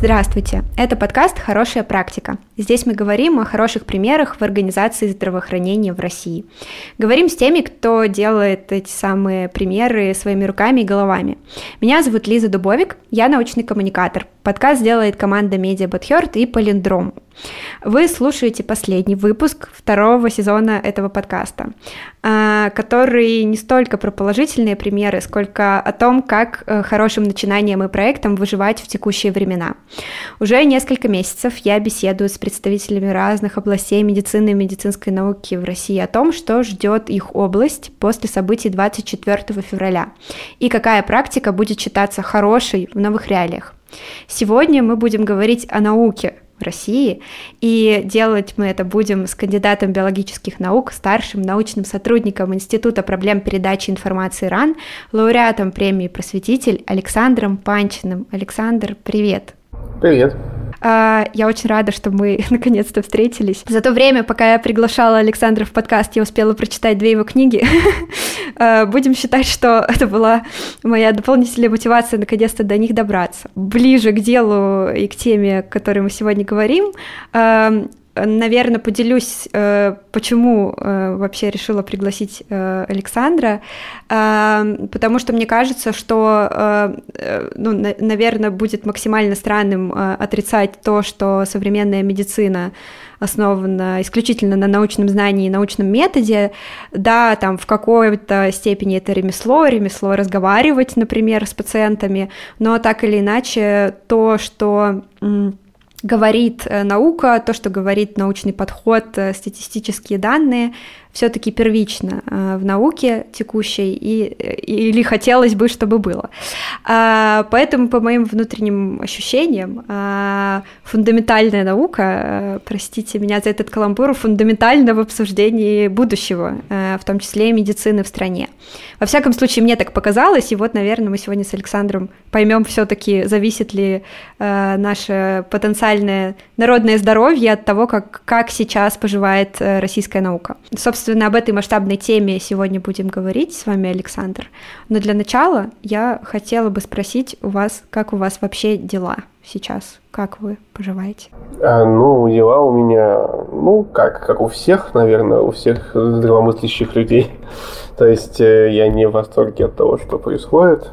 Здравствуйте! Это подкаст «Хорошая практика». Здесь мы говорим о хороших примерах в организации здравоохранения в России. Говорим с теми, кто делает эти самые примеры своими руками и головами. Меня зовут Лиза Дубовик, я научный коммуникатор. Подкаст делает команда Media But Heard и Полиндром. Вы слушаете последний выпуск второго сезона этого подкаста, который не столько про положительные примеры, сколько о том, как хорошим начинаниям и проектам выживать в текущие времена. Уже несколько месяцев я беседую с представителями разных областей медицины и медицинской науки в России о том, что ждет их область после событий 24 февраля и какая практика будет считаться хорошей в новых реалиях. Сегодня мы будем говорить о науке в России, и делать мы это будем с кандидатом биологических наук, старшим научным сотрудником Института проблем передачи информации РАН, лауреатом премии «Просветитель» Александром Панчиным. Александр, привет! Привет! Я очень рада, что мы наконец-то встретились. За то время, пока я приглашала Александра в подкаст, я успела прочитать 2 его книги. Будем считать, что это была моя дополнительная мотивация наконец-то до них добраться. Ближе к делу и к теме, о которой мы сегодня говорим, наверное, поделюсь, почему вообще решила пригласить Александра, потому что мне кажется, что, наверное, будет максимально странным отрицать то, что современная медицина основана исключительно на научном знании и научном методе. Да, там в какой-то степени это ремесло разговаривать, например, с пациентами, но так или иначе то, что говорит наука, то, что говорит научный подход, статистические данные, все-таки первично в науке текущей, или хотелось бы, чтобы было. Поэтому, по моим внутренним ощущениям, фундаментальная наука, простите меня за этот каламбур, фундаментальна в обсуждении будущего, в том числе и медицины в стране. Во всяком случае, мне так показалось, и вот, наверное, мы сегодня с Александром поймем все-таки, зависит ли наше потенциальное народное здоровье от того, как сейчас поживает российская наука. Собственно, об этой масштабной теме сегодня будем говорить с вами, Александр. Но для начала я хотела бы спросить у вас, как у вас вообще дела сейчас? Как вы поживаете? Дела у меня, как у всех, наверное, у всех здравомыслящих людей. То есть я не в восторге от того, что происходит.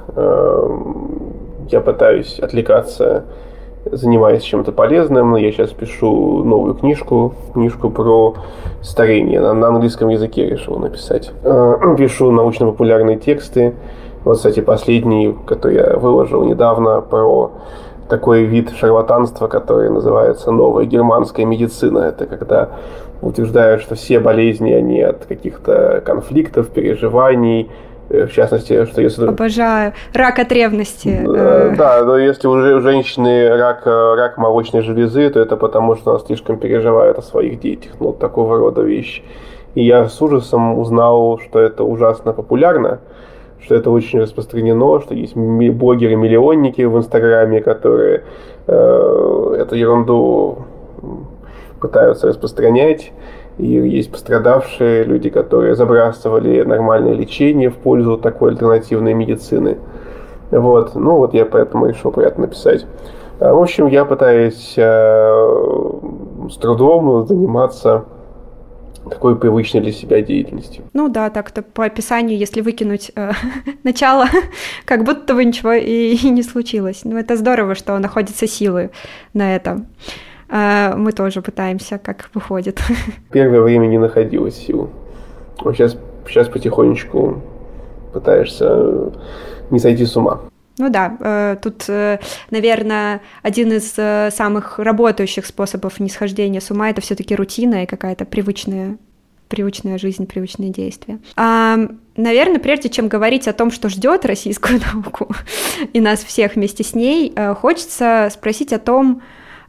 Я пытаюсь отвлекаться, занимаясь чем-то полезным. Я сейчас пишу новую книжку про старение. На английском языке решил написать. Пишу научно-популярные тексты. Вот, кстати, последний, который я выложил недавно, про такой вид шарлатанства, который называется новая германская медицина. Это когда утверждают, что все болезни, они от каких-то конфликтов, переживаний, в частности, что если... Обожаю. Рак от ревности. Да, но если у женщины рак молочной железы, то это потому, что она слишком переживает о своих детях. Такого рода вещи. И я с ужасом узнал, что это ужасно популярно, что это очень распространено, что есть блогеры-миллионники в Инстаграме, которые эту ерунду пытаются распространять. И есть пострадавшие люди, которые забрасывали нормальное лечение в пользу такой альтернативной медицины. Вот. Я поэтому решил про это написать. В общем, я пытаюсь с трудом заниматься такой привычной для себя деятельностью. Так-то по описанию, если выкинуть начало, как будто бы ничего и не случилось. Это здорово, что находятся силы на это. Мы тоже пытаемся, как выходит. Первое время не находилось сил. Сейчас потихонечку пытаешься не сойти с ума. Тут, наверное, один из самых работающих способов нисхождения с ума — это все-таки рутина и какая-то привычная жизнь, привычные действия. Наверное, прежде чем говорить о том, что ждет российскую науку и нас всех вместе с ней, хочется спросить о том,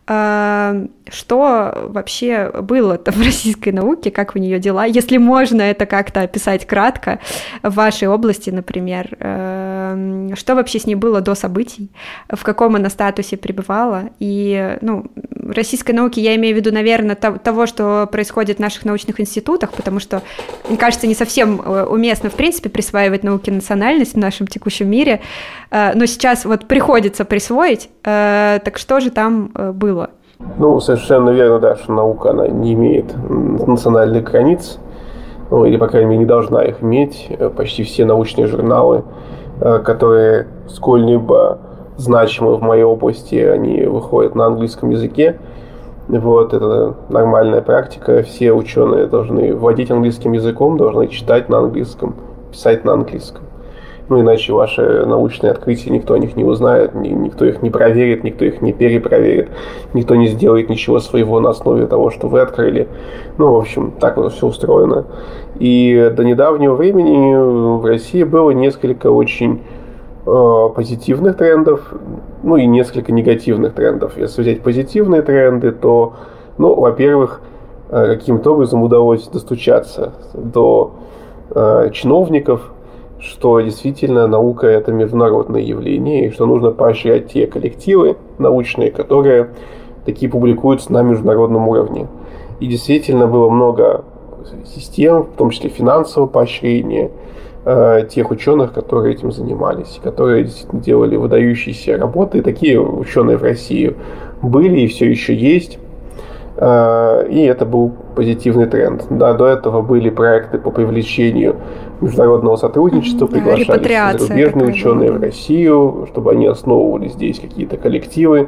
что вообще было-то в российской науке, как у нее дела, если можно это как-то описать кратко в вашей области, например, что вообще с ней было до событий, в каком она статусе пребывала, и, российской науки я имею в виду, наверное, того, что происходит в наших научных институтах, потому что, мне кажется, не совсем уместно, в принципе, присваивать науке национальность в нашем текущем мире, но сейчас приходится присвоить, Так что же там было? Ну, совершенно верно, да, что наука, она не имеет национальных границ, ну, или, по крайней мере, не должна их иметь. Почти все научные журналы, которые сколь-либо значимы в моей области, они выходят на английском языке. Вот, это нормальная практика. Все ученые должны владеть английским языком, должны читать на английском, писать на английском. Ну, иначе ваши научные открытия никто о них не узнает, никто их не проверит, никто их не перепроверит, никто не сделает ничего своего на основе того, что вы открыли. Ну, в общем, так вот все устроено. И до недавнего времени в России было несколько очень позитивных трендов, ну и несколько негативных трендов. Если взять позитивные тренды, то, ну, во-первых, каким-то образом удалось достучаться до чиновников, что действительно наука – это международное явление, и что нужно поощрять те коллективы научные, которые такие публикуются на международном уровне. И действительно было много систем, в том числе финансового поощрения, тех ученых, которые этим занимались, которые действительно делали выдающиеся работы. И такие ученые в России были и все еще есть. И это был позитивный тренд. Да, до этого были проекты по привлечению международного сотрудничества, приглашались зарубежные ученые в Россию, чтобы они основывали здесь какие-то коллективы,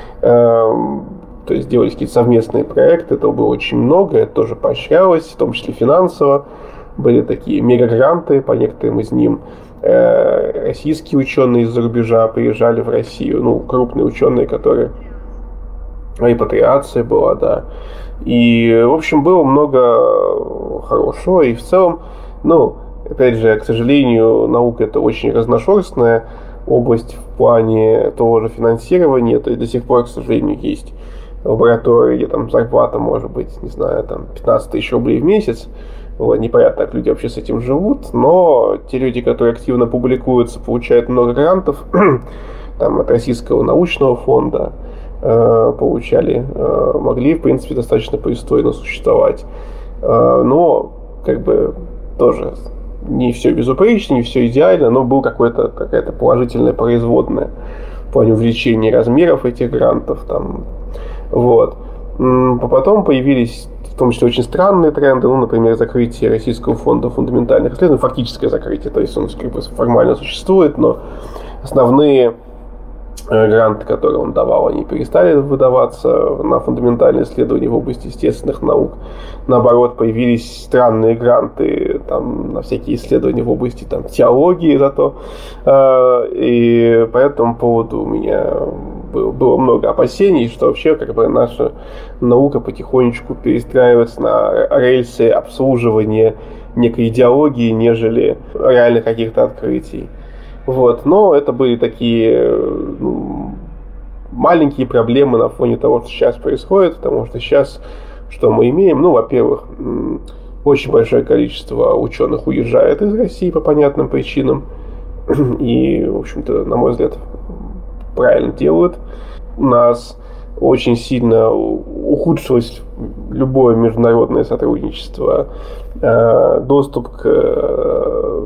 то есть делались какие-то совместные проекты. Этого было очень много, это тоже поощрялось, в том числе финансово. Были такие мегагранты, по некоторым из них российские ученые из-за рубежа приезжали в Россию, ну, крупные ученые, которые... Репатриация была, да. И, в общем, было много хорошего. И в целом, ну, опять же, к сожалению, наука – это очень разношерстная область в плане того же финансирования. То есть до сих пор, к сожалению, есть лаборатории, где там зарплата может быть, не знаю, там 15 тысяч рублей в месяц. Вот, непонятно, как люди вообще с этим живут. Но те люди, которые активно публикуются, получают много грантов там, от Российского научного фонда, получали, могли, в принципе, достаточно пристойно существовать. Но, как бы, тоже не все безупречно, не все идеально, но был какая-то положительная производная в плане увеличения размеров этих грантов. Там. Вот. Потом появились, в том числе, очень странные тренды, ну, например, закрытие Российского фонда фундаментальных исследований, фактическое закрытие, то есть он как бы формально существует, но основные гранты, которые он давал, они перестали выдаваться на фундаментальные исследования в области естественных наук. Наоборот, появились странные гранты там, на всякие исследования в области там, теологии зато. И по этому поводу у меня было много опасений, что вообще как бы наша наука потихонечку перестраивается на рельсы обслуживания некой идеологии, нежели реальных каких-то открытий. Вот. Но это были такие маленькие проблемы на фоне того, что сейчас происходит, потому что сейчас что мы имеем? Ну, во-первых, очень большое количество ученых уезжает из России по понятным причинам и, в общем-то, на мой взгляд, правильно делают. У нас очень сильно ухудшилось любое международное сотрудничество, доступ к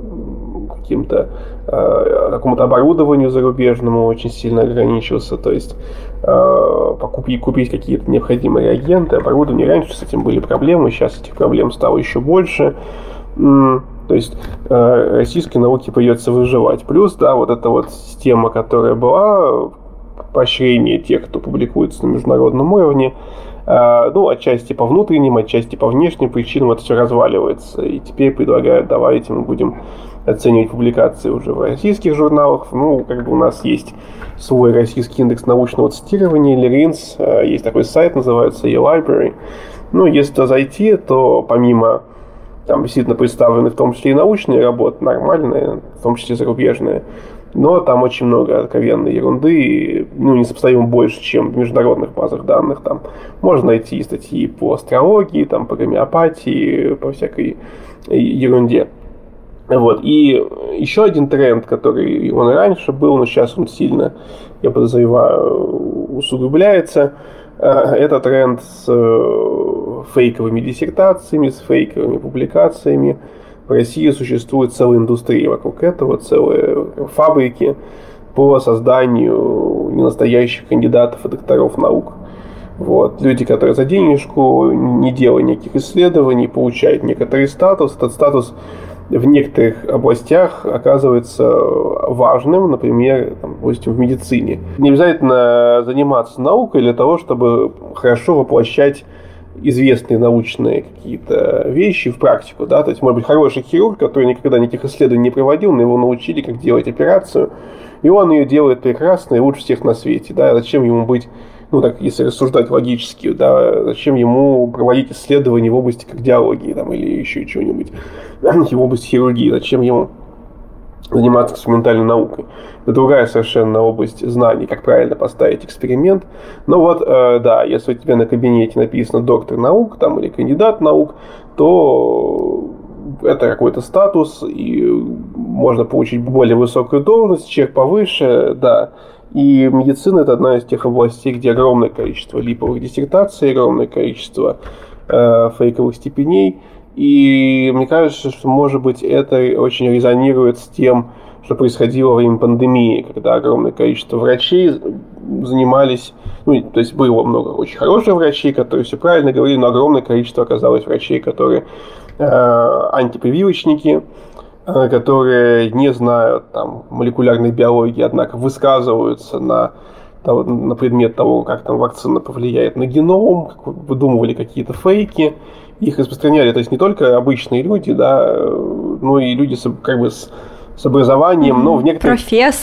какому-то оборудованию зарубежному очень сильно ограничился, то есть купить какие-то необходимые реагенты, оборудование. Раньше с этим были проблемы, сейчас этих проблем стало еще больше. То есть российской науке придется выживать. Плюс, да, вот эта вот система, которая была, поощрение тех, кто публикуется на международном уровне, ну, отчасти по внутренним, отчасти по внешним причинам это все разваливается. И теперь предлагают, давайте мы будем оценивать публикации уже в российских журналах. Ну, как бы у нас есть свой российский индекс научного цитирования, LRINS, есть такой сайт, называется eLibrary. Ну, если туда зайти, то помимо там действительно представлены в том числе и научные работы, нормальные, в том числе зарубежные, но там очень много откровенной ерунды, ну, несопоставимо больше, чем в международных базах данных. Там можно найти статьи по астрологии, там, по гомеопатии, по всякой ерунде. Вот. И еще один тренд, который он и раньше был, но сейчас он сильно, я подозреваю, усугубляется, это тренд с фейковыми диссертациями, с фейковыми публикациями. В России существует целая индустрия вокруг этого, целые фабрики по созданию ненастоящих кандидатов и докторов наук. Вот. Люди, которые за денежку, не делая никаких исследований, получают некоторый статус. Этот статус в некоторых областях оказывается важным, например, допустим, в медицине. Не обязательно заниматься наукой для того, чтобы хорошо воплощать известные научные какие-то вещи в практику, да, то есть, может быть, хороший хирург, который никогда никаких исследований не проводил, но его научили, как делать операцию, и он ее делает прекрасно и лучше всех на свете, да, зачем ему быть, ну, так, если рассуждать логически, да, зачем ему проводить исследования в области кардиологии, там, или еще чего-нибудь, в области хирургии, зачем ему заниматься экспериментальной наукой. Это другая совершенно область знаний, как правильно поставить эксперимент. Но вот, да, если у тебя на кабинете написано доктор наук там, или кандидат наук, то это какой-то статус, и можно получить более высокую должность, чек повыше, да. И медицина – это одна из тех областей, где огромное количество липовых диссертаций, огромное количество фейковых степеней. И мне кажется, что, может быть, это очень резонирует с тем, что происходило во время пандемии, когда огромное количество врачей занимались, ну, то есть было много очень хороших врачей, которые все правильно говорили, но огромное количество оказалось врачей, которые антипрививочники, которые не знают там молекулярной биологии, однако высказываются на предмет того, как там вакцина повлияет на геном, выдумывали какие-то фейки, их распространяли, то есть не только обычные люди, да, но и люди как бы с образованием, но в некоторых...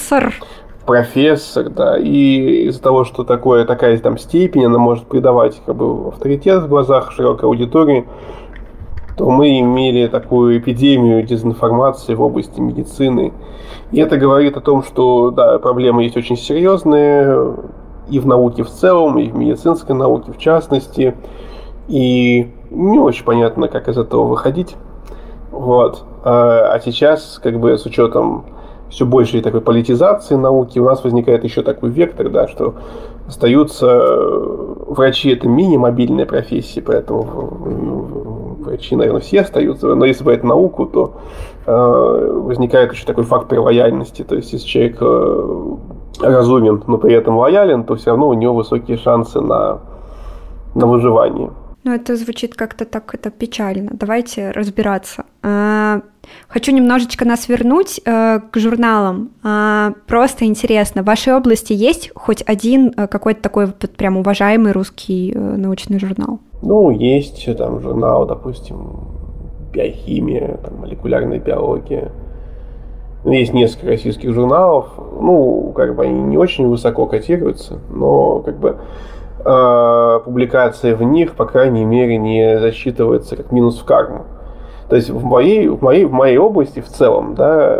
Профессор, да, и из-за того, что такая там степень, она может придавать как бы авторитет в глазах широкой аудитории, то мы имели такую эпидемию дезинформации в области медицины. И это говорит о том, что, да, проблемы есть очень серьезные и в науке в целом, и в медицинской науке в частности. И не очень понятно, как из этого выходить. Вот. А сейчас, как бы, с учетом все большей такой политизации науки, у нас возникает еще такой вектор, да, что остаются врачи, это менее мобильная профессия, поэтому врачи, наверное, все остаются, но если брать науку, то возникает еще такой фактор лояльности, то есть если человек разумен, но при этом лоялен, то все равно у него высокие шансы на выживание. Ну, это звучит как-то так, это печально. Давайте разбираться. Хочу немножечко нас вернуть к журналам. Просто интересно, в вашей области есть хоть один какой-то такой вот прям уважаемый русский научный журнал? Ну, есть там журнал, допустим, биохимия, там, молекулярная биология. Есть несколько российских журналов. Ну, как бы они не очень высоко котируются, но как бы публикация в них, по крайней мере, не засчитывается как минус в карму. То есть в моей области в целом, да,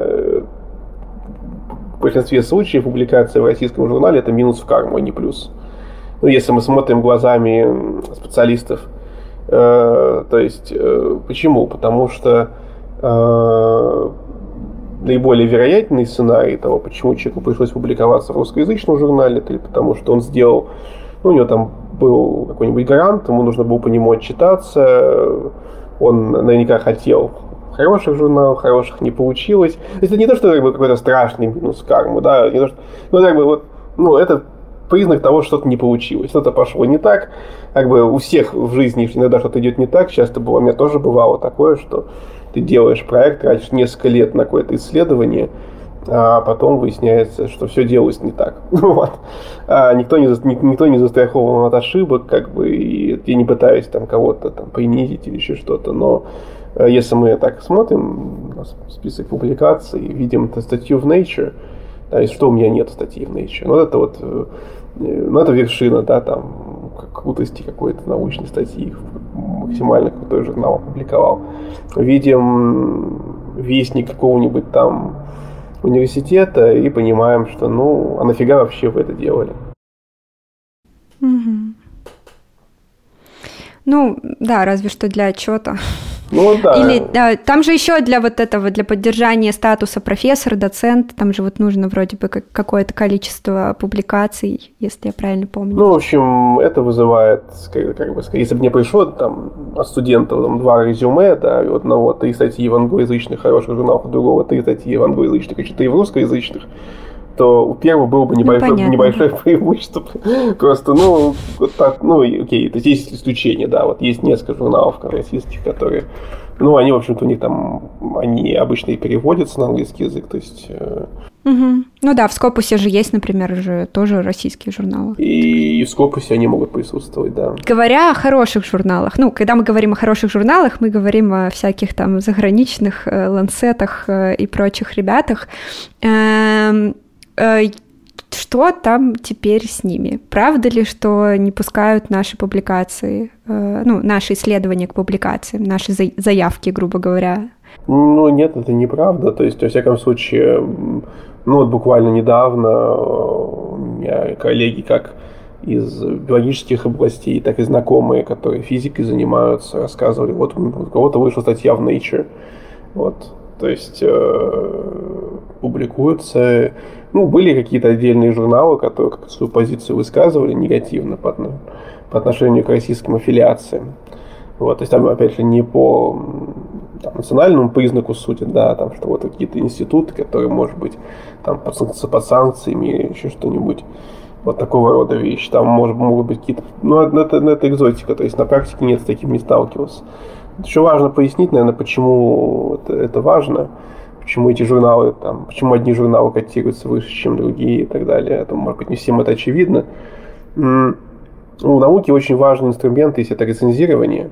в большинстве случаев публикация в российском журнале это минус в карму, а не плюс. Ну, если мы смотрим глазами специалистов. То есть почему? Потому что наиболее вероятный сценарий того, почему человеку пришлось публиковаться в русскоязычном журнале, это потому что он сделал, ну, у него там был какой-нибудь гарант, ему нужно было по нему отчитаться, он наверняка хотел хороших журналов, хороших не получилось. Это не то, что это какой-то страшный минус кармы, да, не то, что, ну, как бы вот, ну, это признак того, что что-то не получилось, что-то пошло не так. Как бы у всех в жизни иногда что-то идет не так, часто было, у меня тоже бывало такое, что ты делаешь проект, тратишь несколько лет на какое-то исследование, а потом выясняется, что все делалось не так. Вот. Никто не застрахован от ошибок, как бы, и я не пытаюсь там кого-то там принизить или еще что-то, но если мы так смотрим на список публикаций, видим эту статью в Nature, то есть что у меня нет статьи в Nature, ну это вот, ну это вершина, да, там крутости какой-то научной статьи, максимально крутой журнал опубликовал. Видим вестник какого-нибудь там университета и понимаем, что, ну, а нафига вообще вы это делали? Угу. Ну, да, разве что для отчета. Ну, да. Или да, там же еще для вот этого, для поддержания статуса профессор, доцент, там же вот нужно вроде бы какое-то количество публикаций, если я правильно помню. Ну, в общем, это вызывает, как бы, если бы мне пришло там от студентов там, 2 резюме, да, и у одного 3 статьи в англоязычных хороших журналах, у другого 3 статьи в англоязычных и 4 в русскоязычных, то у первого было бы небольшое преимущество. Просто, вот так, окей, то есть исключения, да, вот есть несколько журналов российских, которые, они, в общем-то, у них там, они обычно и переводятся на английский язык, то есть... Угу. Ну да, в Scopus же есть, например, же тоже российские журналы. И в Scopus они могут присутствовать, да. Говоря о хороших журналах, когда мы говорим о хороших журналах, мы говорим о всяких там заграничных ланцетах и прочих ребятах. Что там теперь с ними? Правда ли, что не пускают наши публикации, наши исследования к публикациям, наши заявки, грубо говоря? Нет, это неправда. То есть, во всяком случае, вот буквально недавно у меня коллеги как из биологических областей, так и знакомые, которые физикой занимаются, рассказывали, вот у кого-то вышла статья в Nature. Вот. То есть публикуются... были какие-то отдельные журналы, которые как свою позицию высказывали негативно по отношению к российским аффилиациям. Вот, то есть там, опять же, не по национальному признаку судят, да, там, что вот какие-то институты, которые, может быть, там под санкциями или еще что-нибудь, вот такого рода вещи. Там могут быть какие-то... это экзотика, то есть на практике нет, с таким не сталкивался. Еще важно пояснить, наверное, почему это важно, почему эти журналы, почему одни журналы котируются выше, чем другие и так далее. Это, может быть, не всем это очевидно. У науки очень важный инструмент, если это рецензирование.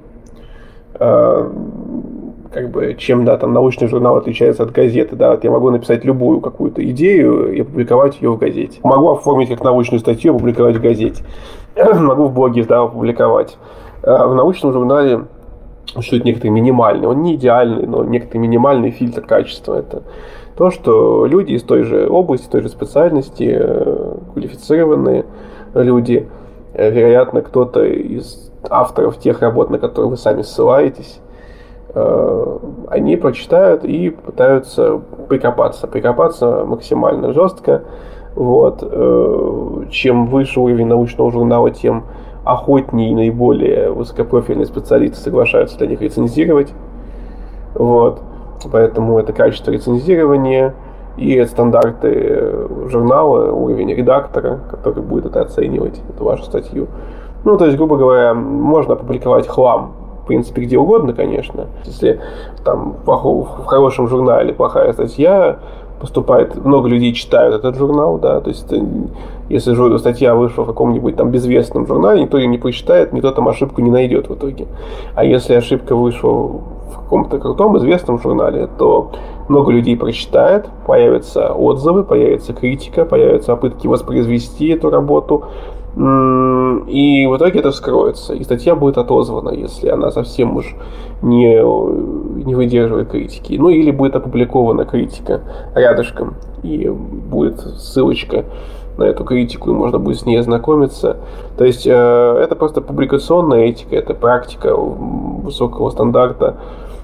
Чем, научный журнал отличается от газеты, да, вот я могу написать любую какую-то идею и опубликовать ее в газете. Могу оформить как научную статью и опубликовать в газете. Могу в блоге, да, опубликовать. В научном журнале существует некоторый минимальный, он не идеальный, но некоторый минимальный фильтр качества. Это то, что люди из той же области, той же специальности, квалифицированные люди, вероятно, кто-то из авторов тех работ, на которые вы сами ссылаетесь, они прочитают и пытаются прикопаться максимально жестко. Вот. Чем выше уровень научного журнала, тем охотнее и наиболее высокопрофильные специалисты соглашаются для них рецензировать. Вот. Поэтому это качество рецензирования и стандарты журнала, уровень редактора, который будет это оценивать, эту вашу статью. То есть, грубо говоря, можно опубликовать хлам, в принципе, где угодно, конечно. Если там в хорошем журнале плохая статья поступает, много людей читают этот журнал, да, то есть если статья вышла в каком-нибудь там безвестном журнале, никто ее не прочитает, никто там ошибку не найдет в итоге. А если ошибка вышла в каком-то крутом известном журнале, то много людей прочитает, появятся отзывы, появится критика, появятся попытки воспроизвести эту работу, и в итоге это вскроется, и статья будет отозвана, если она совсем уж не выдерживает критики. Или будет опубликована критика рядышком, и будет ссылочка на эту критику, и можно будет с ней ознакомиться. То есть это просто публикационная этика, это практика высокого стандарта.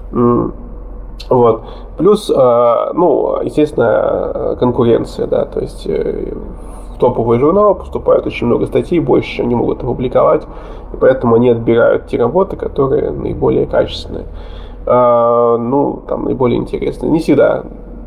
Вот. Плюс, естественно, конкуренция, да, то есть в топовый журнал поступает очень много статей, больше, чем они могут опубликовать, и поэтому они отбирают те работы, которые наиболее качественные, наиболее интересные. Не всегда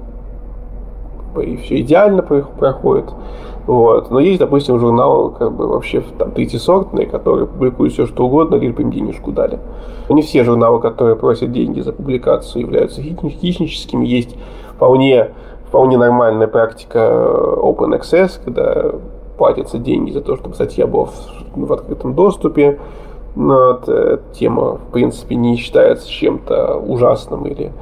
и все идеально проходит, вот. Но есть, допустим, журналы вообще третьесортные, которые публикуют все, что угодно, лишь бы им денежку дали. Не все журналы, которые просят деньги за публикацию, являются хищническими. Есть вполне нормальная практика open access, когда платятся деньги за то, чтобы статья была в открытом доступе. Но эта тема, в принципе, не считается чем-то ужасным или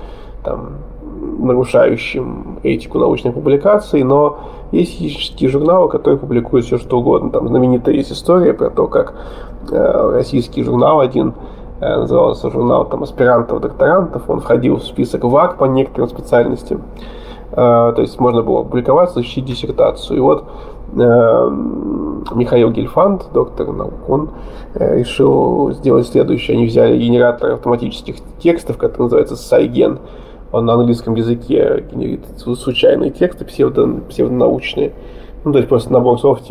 нарушающим этику научной публикации, но есть хищнические журналы, которые публикуют все, что угодно. Знаменитая есть история про то, как российский журнал один, назывался журнал аспирантов-докторантов, он входил в список ВАК по некоторым специальностям. То есть можно было публиковаться, защитить диссертацию. И вот Михаил Гельфанд, доктор наук, он решил сделать следующее. Они взяли генератор автоматических текстов, который называется Сайген. Он на английском языке генерит случайные тексты, псевдонаучные. То есть просто набор слов,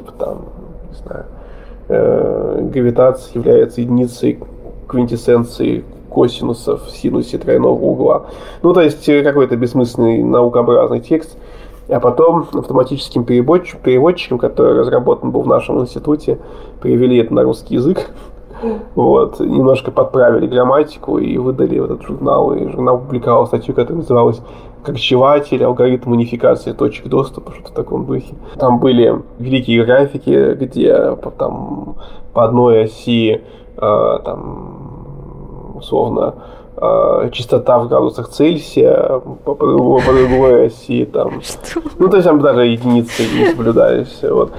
гравитация является единицей квинтэссенции косинусов в синусе тройного угла. То есть какой-то бессмысленный наукообразный текст. А потом автоматическим переводчиком, который разработан был в нашем институте, перевели это на русский язык. Вот, немножко подправили грамматику и выдали этот журнал. И журнал публиковал статью, которая называлась «Корчеватель. Алгоритм унификации точек доступа», что-то в таком духе. Там были великие графики, где там по одной оси там, условно, частота в градусах Цельсия, по другой оси там. Что? Ну, то есть там даже единицы не соблюдались. Вот.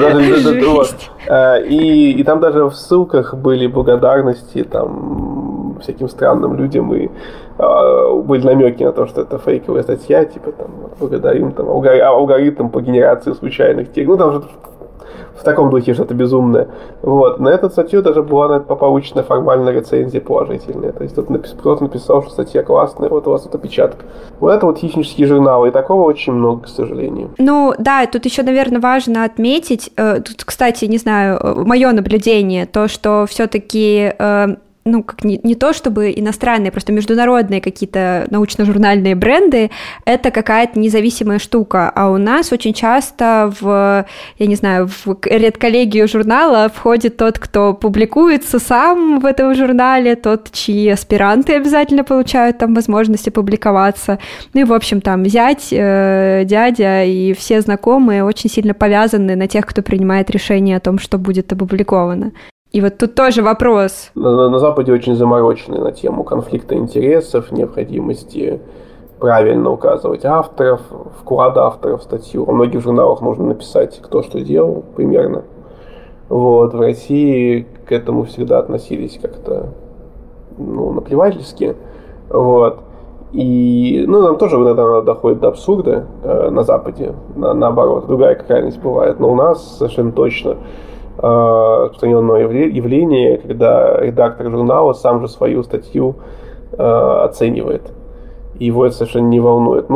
И там даже в ссылках были благодарности там всяким странным людям, и были намеки на то, что это фейковая статья, типа там благодарим там алгоритм по генерации случайных текстов. Ну, там же в таком духе что-то безумное. Вот. На эту статью даже была получена формальная рецензия положительная. То есть кто-то написал, что статья классная, вот у вас тут опечатка. Вот это вот хищнические журналы, и такого очень много, к сожалению. Ну, да, тут еще, наверное, важно отметить, тут, кстати, не знаю, мое наблюдение, то, что все-таки ну, как не то чтобы иностранные, просто международные какие-то научно-журнальные бренды, это какая-то независимая штука. А у нас очень часто в редколлегию журнала входит тот, кто публикуется сам в этом журнале, тот, чьи аспиранты обязательно получают там возможности публиковаться. Ну и, в общем, там зять, дядя и все знакомые очень сильно повязаны на тех, кто принимает решение о том, что будет опубликовано. И вот тут тоже вопрос. На Западе очень заморочены на тему конфликта интересов, необходимости правильно указывать авторов, вклад авторов в статью. Во многих журналах нужно написать, кто что делал, примерно. Вот. В России к этому всегда относились как-то наплевательски. Вот. И нам тоже иногда доходит до абсурда на Западе, наоборот. Другая крайность бывает. Но у нас совершенно точно распространенное явление, когда редактор журнала сам же свою статью оценивает. И его это совершенно не волнует.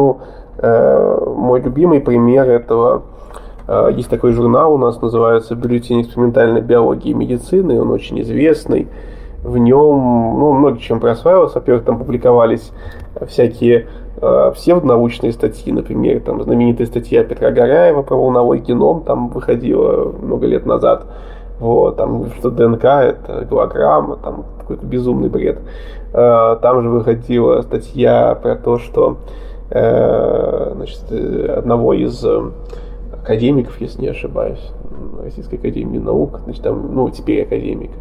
Мой любимый пример этого, есть такой журнал у нас, называется «Бюллетень экспериментальной биологии и медицины», он очень известный. В нем много чем прославился. Во-первых, там публиковались всякие псевдонаучные статьи, например, там знаменитая статья Петра Гараева про волновой геном, там выходила много лет назад. Вот, там, что ДНК это голограмма, там какой-то безумный бред. Там же выходила статья про то, что одного из академиков, если не ошибаюсь, Российской академии наук, там, теперь академик,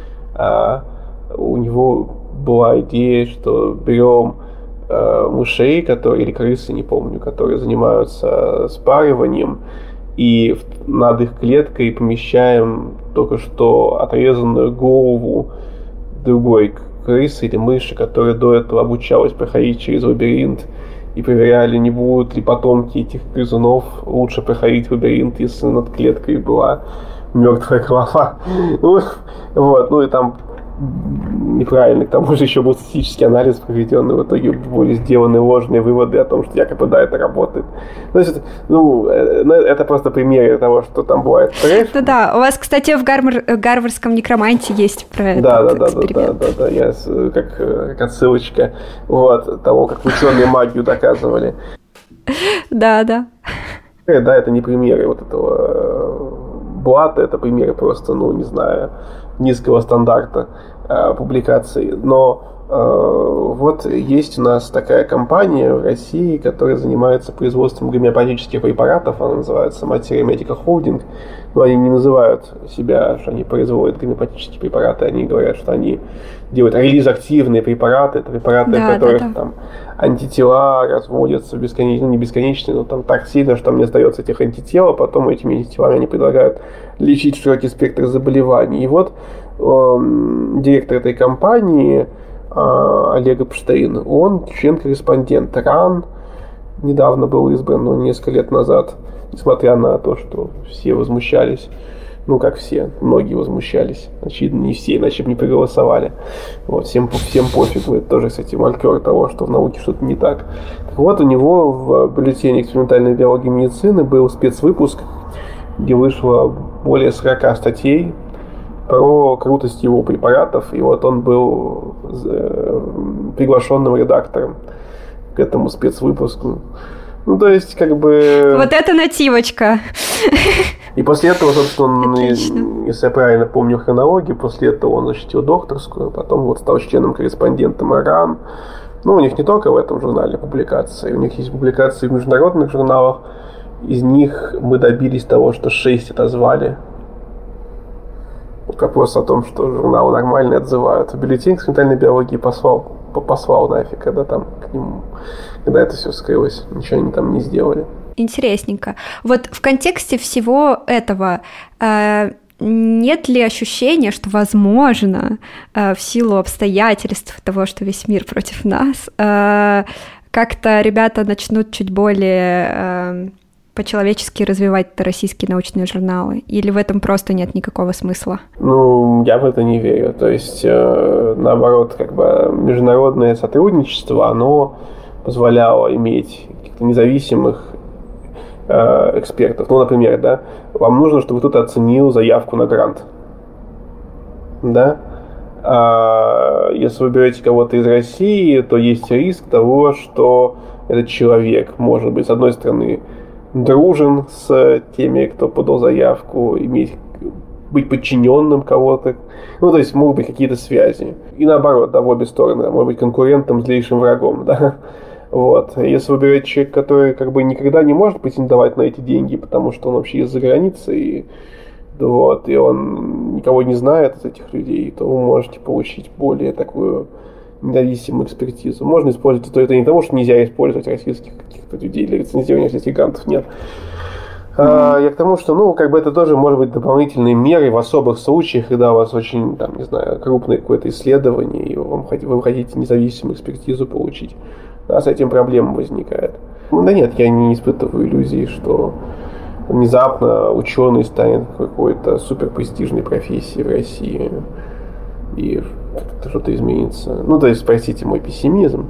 у него была идея, что берем мышей, или крысы, не помню, которые занимаются спариванием, и над их клеткой помещаем только что отрезанную голову другой крысы или мыши, которая до этого обучалась проходить через лабиринт, и проверяли, не будут ли потомки этих грызунов лучше проходить лабиринт, если над клеткой была мертвая голова. И там неправильно, к тому же еще был статистический анализ проведенный, в итоге были сделаны ложные выводы о том, что якобы да, это работает. Это просто пример того, что там бывает трэш. Да, у вас, кстати, в гарвардском некроманте есть про этот эксперимент. Да, я как отсылочка того, как ученые магию доказывали. Да. Да, это не примеры вот этого блата, это примеры просто, низкого стандарта публикаций. Но вот есть у нас такая компания в России, которая занимается производством гомеопатических препаратов, она называется Materia Medica Holding. Но они не называют себя, что они производят гомеопатические препараты, они говорят, что они делают релиз-активные препараты, это препараты, в которых там антитела разводятся не бесконечно, но там так сильно, что там не остается этих антител, а потом этими антителами они предлагают лечить широкий спектр заболеваний. И вот директор этой компании Олег Эпштейн, он член-корреспондент РАН, недавно был избран, несколько лет назад, несмотря на то, что все возмущались. Как все, многие возмущались. Очевидно, не все, иначе бы не проголосовали. Всем пофигу. Это тоже, кстати, маркер того, что в науке что-то не так. Так вот, у него в бюллетене экспериментальной биологии и медицины был спецвыпуск, где вышло более 40 статей про крутость его препаратов. И вот он был приглашенным редактором к этому спецвыпуску. Ну, то есть, как бы... Вот это нативочка. И после этого, собственно, он, если я правильно помню хронологию, после этого он защитил докторскую, потом вот стал членом-корреспондентом РАН. Ну, у них не только в этом журнале публикации, у них есть публикации в международных журналах. Из них мы добились того, что 6 отозвали. Вопрос о том, что журналы нормально отзывают. Бюллетень экспериментальной биологии послал нафиг, когда там к нему, когда это все скрылось, ничего они там не сделали. Интересненько. Вот в контексте всего этого нет ли ощущения, что, возможно, в силу обстоятельств того, что весь мир против нас, как-то ребята начнут чуть более по-человечески развивать российские научные журналы? Или в этом просто нет никакого смысла? Ну, я в это не верю. То есть, наоборот, как бы международное сотрудничество, оно позволяло иметь каких-то независимых экспертов. Ну, например, да, вам нужно, чтобы кто-то оценил заявку на грант. Да? А если вы берете кого-то из России, то есть риск того, что этот человек может быть, с одной стороны, дружен с теми, кто подал заявку, быть подчиненным кого-то. Ну, то есть могут быть какие-то связи. И наоборот, да, в обе стороны. Может быть конкурентом, злейшим врагом, да. Вот. Если вы берете человека, который как бы никогда не может претендовать на эти деньги, потому что он вообще из-за границы, и он никого не знает из этих людей, то вы можете получить более такую независимую экспертизу. Можно использовать это не потому, что нельзя использовать российских каких-то людей для рецензирования российских грантов, нет. Я к тому, что, ну, как бы это тоже может быть дополнительные меры в особых случаях, когда у вас очень, там, не знаю, крупное какое-то исследование, и вы хотите независимую экспертизу получить. А с этим проблема возникает. Да нет, я не испытываю иллюзий, что внезапно ученый станет какой-то суперпрестижной профессией в России, и что-то изменится. Ну, то есть, простите мой пессимизм.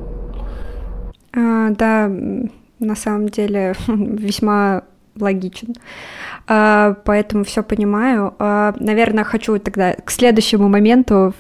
Да, на самом деле, весьма логичен. Поэтому все понимаю. Наверное, хочу тогда к следующему моменту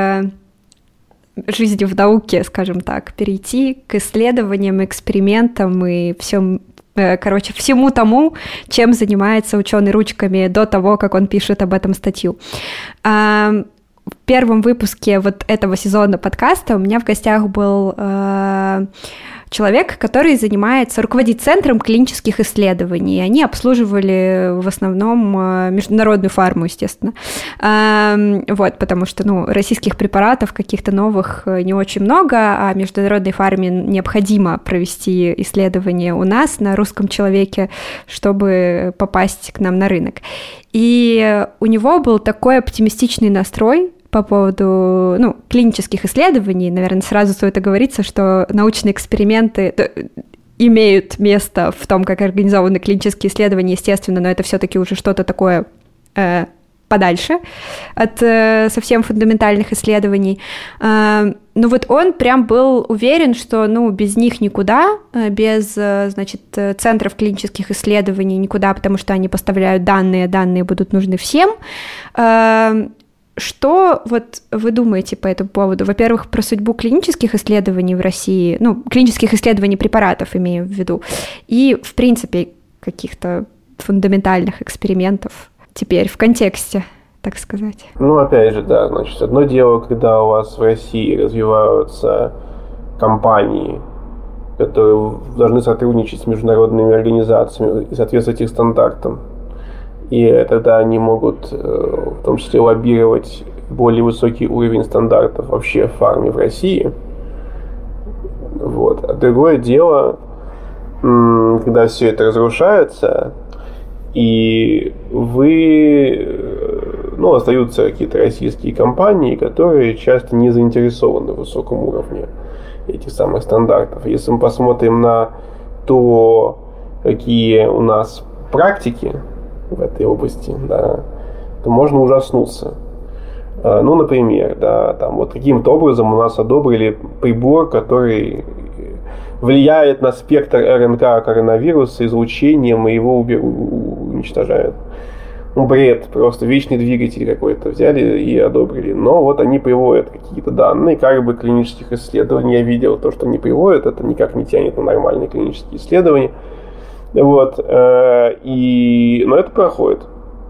жизни в науке, скажем так, перейти к исследованиям, экспериментам и всему тому, чем занимается ученый ручками до того, как он пишет об этом статью. В первом выпуске вот этого сезона подкаста у меня в гостях был человек, который руководит Центром клинических исследований. Они обслуживали в основном международную фарму, естественно. Вот, потому что, российских препаратов каких-то новых не очень много, а международной фарме необходимо провести исследования у нас на русском человеке, чтобы попасть к нам на рынок. И у него был такой оптимистичный настрой по поводу клинических исследований. Наверное, сразу стоит оговориться, что научные эксперименты имеют место в том, как организованы клинические исследования, естественно, но это все-таки уже что-то такое подальше от совсем фундаментальных исследований. Но вот он прям был уверен, что без них никуда, без, центров клинических исследований никуда, потому что они поставляют данные будут нужны всем. Что вот вы думаете по этому поводу? Во-первых, про судьбу клинических исследований в России, клинических исследований препаратов имею в виду, и, в принципе, каких-то фундаментальных экспериментов теперь в контексте, так сказать. Опять же, да, одно дело, когда у вас в России развиваются компании, которые должны сотрудничать с международными организациями и соответствовать их стандартам. И тогда они могут, в том числе, лоббировать более высокий уровень стандартов вообще в фарме в России. Вот. А другое дело, когда все это разрушается, и остаются какие-то российские компании, которые часто не заинтересованы в высоком уровне этих самых стандартов. Если мы посмотрим на то, какие у нас практики в этой области, да, то можно ужаснуться. Например, да, каким-то образом у нас одобрили прибор, который влияет на спектр РНК коронавируса излучением и его уничтожает. бред, просто вечный двигатель какой-то взяли и одобрили. Но вот они приводят какие-то данные, как бы клинических исследований. Я видел то, что они приводят, это никак не тянет на нормальные клинические исследования. Вот. Но это проходит.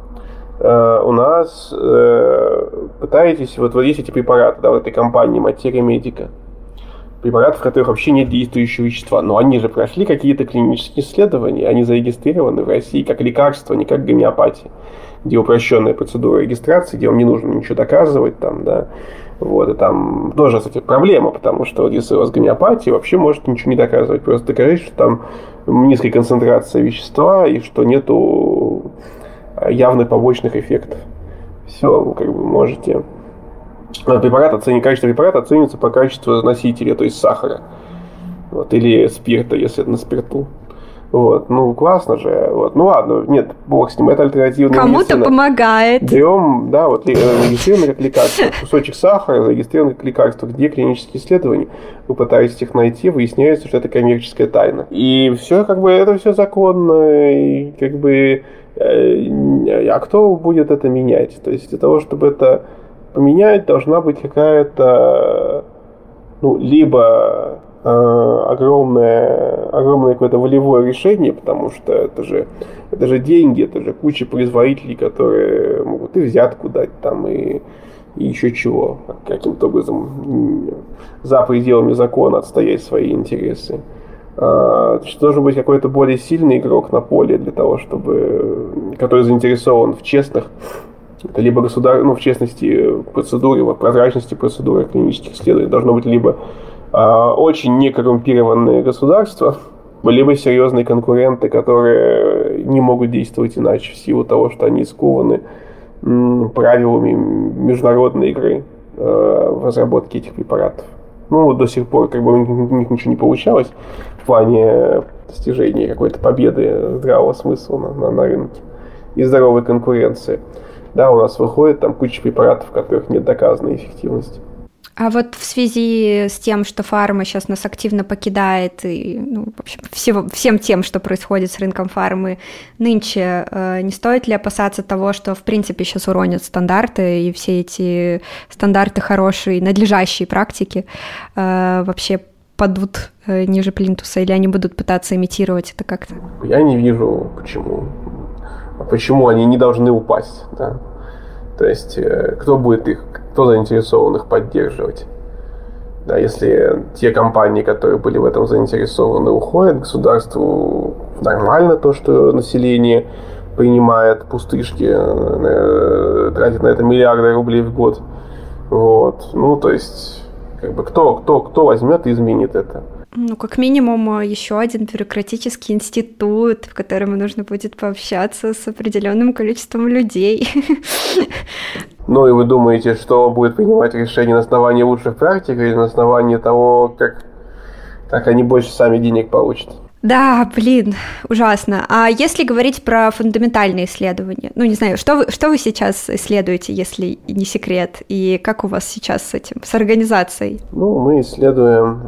У нас пытаетесь, вот есть эти препараты, да, вот этой компании Materia Medica, препараты, в которых вообще нет действующего вещества, но они же прошли какие-то клинические исследования, они зарегистрированы в России как лекарство, не как гомеопатия, где упрощенная процедура регистрации, где вам не нужно ничего доказывать, там, да, вот, и там тоже, кстати, проблема, потому что если у вас гомеопатия, вообще можете ничего не доказывать, просто доказать, что там низкая концентрация вещества и что нету явных побочных эффектов. Все, вы как бы можете... Качество препарата оценивается по качеству носителя, то есть сахара. Вот, или спирта, если это на спирту. Вот, ну, классно же. Вот. Ну, ладно, нет, бог с ним, это альтернативная медицина. Кому-то помогает. Берем, да, вот зарегистрировано как лекарство. Кусочек сахара зарегистрирован как лекарство. Где клинические исследования? Вы пытаетесь их найти, выясняется, что это коммерческая тайна. И все, как бы, это все законно, и как бы... А кто будет это менять? То есть для того, чтобы это поменять, должна быть какая-то, ну, либо огромное какое-то волевое решение, потому что это же деньги, это же куча производителей, которые могут и взятку дать там, и еще чего, каким-то образом за пределами закона отстоять свои интересы. Должен быть какой-то более сильный игрок на поле для того, чтобы, который заинтересован в честных, либо в честности процедуре, в прозрачности процедуры клинических исследований. Должно быть либо очень некоррумпированные государства, либо серьезные конкуренты, которые не могут действовать иначе в силу того, что они скованы правилами международной игры в разработке этих препаратов. Ну, до сих пор как бы у них ничего не получалось в плане достижения какой-то победы здравого смысла на рынке и здоровой конкуренции. Да, у нас выходит там куча препаратов, в которых нет доказанной эффективности. А вот в связи с тем, что фарма сейчас нас активно покидает, и, ну, в общем, всем тем, что происходит с рынком фармы нынче, не стоит ли опасаться того, что, в принципе, сейчас уронят стандарты, и все эти стандарты хорошие, надлежащие практики вообще падут ниже плинтуса, или они будут пытаться имитировать это как-то? Я не вижу, почему они не должны упасть, да? То есть, кто заинтересован их поддерживать? Да, если те компании, которые были в этом заинтересованы, уходят, государству нормально то, что население принимает пустышки, тратит на это миллиарды рублей в год. Вот. Ну, то есть, как бы, кто возьмет и изменит это? Ну, как минимум, еще один бюрократический институт, в котором нужно будет пообщаться с определенным количеством людей. Ну, и вы думаете, что будет принимать решение на основании лучших практик или на основании того, как они больше сами денег получат? Да, блин, ужасно. А если говорить про фундаментальные исследования, ну, не знаю, что вы сейчас исследуете, если не секрет, и как у вас сейчас с этим, с организацией? Ну, мы исследуем...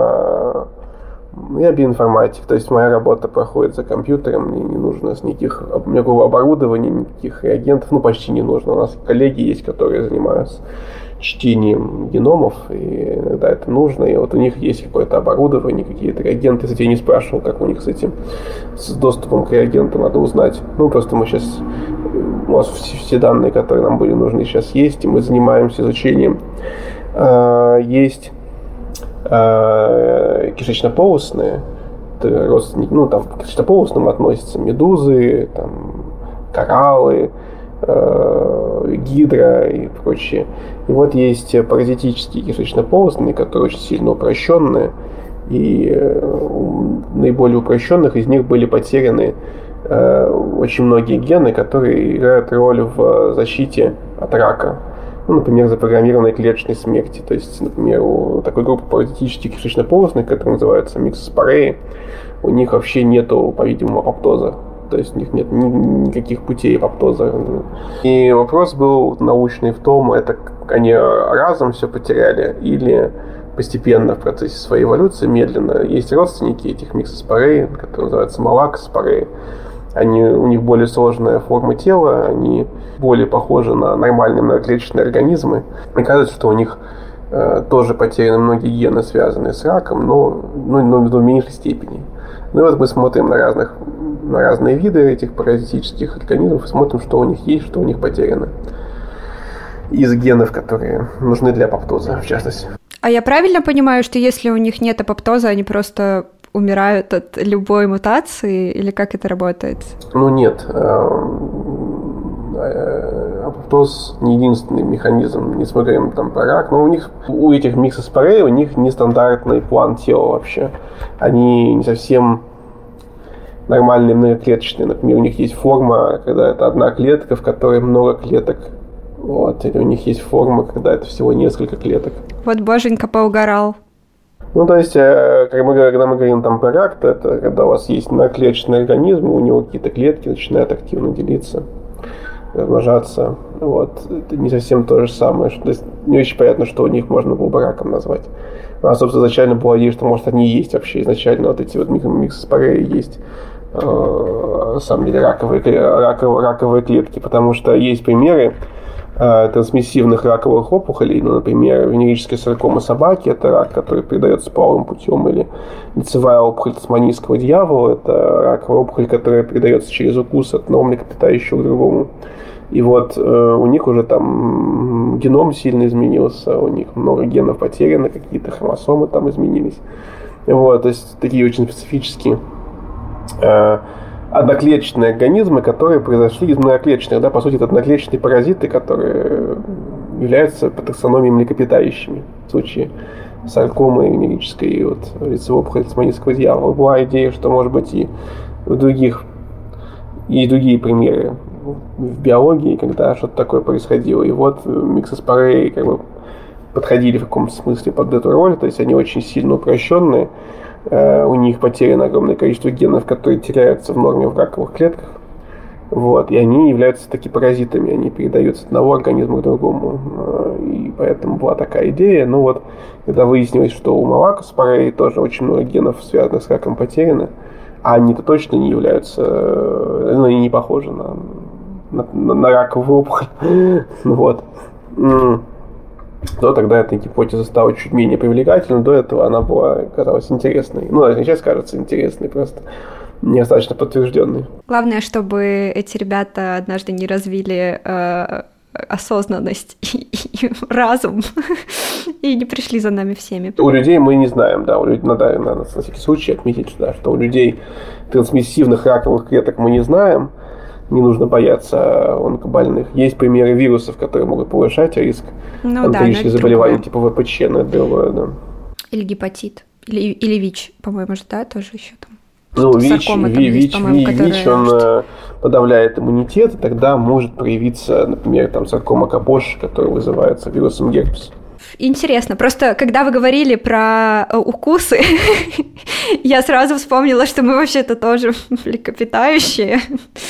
Я биоинформатик, то есть моя работа проходит за компьютером, мне не нужно никакого оборудования, никаких реагентов, ну, почти не нужно. У нас коллеги есть, которые занимаются чтением геномов, и иногда это нужно, и вот у них есть какое-то оборудование, какие-то реагенты. Кстати, я не спрашивал, как у них с доступом к реагентам, надо узнать. Ну, просто у нас все данные, которые нам были нужны, сейчас есть, и мы занимаемся изучением. Есть кишечно-полостные, родственники, ну, там, к кишечно-полостным относятся медузы, там, кораллы, гидра и прочее. И вот есть паразитические кишечно-полостные, которые очень сильно упрощенные, и у наиболее упрощенных из них были потеряны очень многие гены, которые играют роль в защите от рака. Ну, например, запрограммированной клеточной смерти. То есть, например, у такой группы паразитических кишечно-полостных, которые называются миксоспореи, у них вообще нету, по-видимому, апоптоза. То есть у них нет никаких путей апоптоза. И вопрос был научный в том, это они разом все потеряли или постепенно в процессе своей эволюции, медленно. Есть родственники этих миксоспорей, которые называются малакоспореи. у них более сложная форма тела, они более похожи на нормальные многоклеточные организмы. Мне кажется, что у них тоже потеряны многие гены, связанные с раком, но в меньшей степени. Ну и вот мы смотрим на разные виды этих паразитических организмов и смотрим, что у них есть, что у них потеряно. Из генов, которые нужны для апоптоза, в частности. А я правильно понимаю, что если у них нет апоптоза, они просто умирают от любой мутации, или как это работает? Ну нет. Апоптоз не единственный механизм, не смотрим там про рак, но у этих миксоспорей у них нестандартный план тела вообще. Они не совсем нормальные многоклеточные. Например, у них есть форма, когда это одна клетка, в которой много клеток. Вот. Или у них есть форма, когда это всего несколько клеток. Вот боженька поугарал. Ну, то есть, когда мы говорим там про рак, то это когда у вас есть многоклеточный организм, у него какие-то клетки начинают активно делиться, размножаться. Вот. Это не совсем то же самое. То есть, не очень понятно, что у них можно было бы раком назвать. А, собственно, изначально была идея, что, может, они есть вообще. Изначально вот эти вот миксоспореи есть. На самом деле раковые клетки, потому что есть примеры трансмиссивных раковых опухолей, ну, например, венерическая саркома собаки, это рак, который передается половым путем, или лицевая опухоль тасманийского дьявола, это раковая опухоль, которая передается через укус от одного млекопитающего к другому. И вот у них уже там геном сильно изменился, у них много генов потеряно, какие-то хромосомы там изменились. Вот, то есть такие очень специфические одноклеточные организмы, которые произошли из многоклеточных. Да, по сути, это одноклеточные паразиты, которые являются по таксономии млекопитающими. В случае саркомы венерической и вот лицевой опухоли тасманийского дьявола. Была идея, что, может быть, и другие примеры в биологии, когда что-то такое происходило. И вот миксоспореи как бы подходили в каком-то смысле под эту роль. То есть они очень сильно упрощенные. У них потеряно огромное количество генов, которые теряются в норме в раковых клетках. Вот. И они являются таки паразитами. Они передаются от одного организма к другому. И поэтому была такая идея. Но вот, когда выяснилось, что у малакоспорей тоже очень много генов, связанных с раком, потеряно, а они-то точно не являются, ну, они не похожи на раковую опухоль. Вот. То тогда эта гипотеза стала чуть менее привлекательной. До этого она казалась интересной. Ну, сейчас кажется интересной, просто недостаточно подтвержденной. Главное, чтобы эти ребята однажды не развили осознанность и разум и не пришли за нами всеми. У людей мы не знаем, да. Надо на всякий случай отметить, что у людей трансмиссивных раковых клеток мы не знаем. Не нужно бояться онкобольных. Есть примеры вирусов, которые могут повышать риск онкологических заболеваний, типа ВПЧ, но это другое, да. Или гепатит. Или ВИЧ, по-моему, же, да, тоже еще там. Ну, ВИЧ, он подавляет иммунитет, и тогда может проявиться, например, там саркома Капоши, которая вызывается вирусом герпеса. Интересно. Просто, когда вы говорили про укусы, я сразу вспомнила, что мы вообще-то тоже млекопитающие.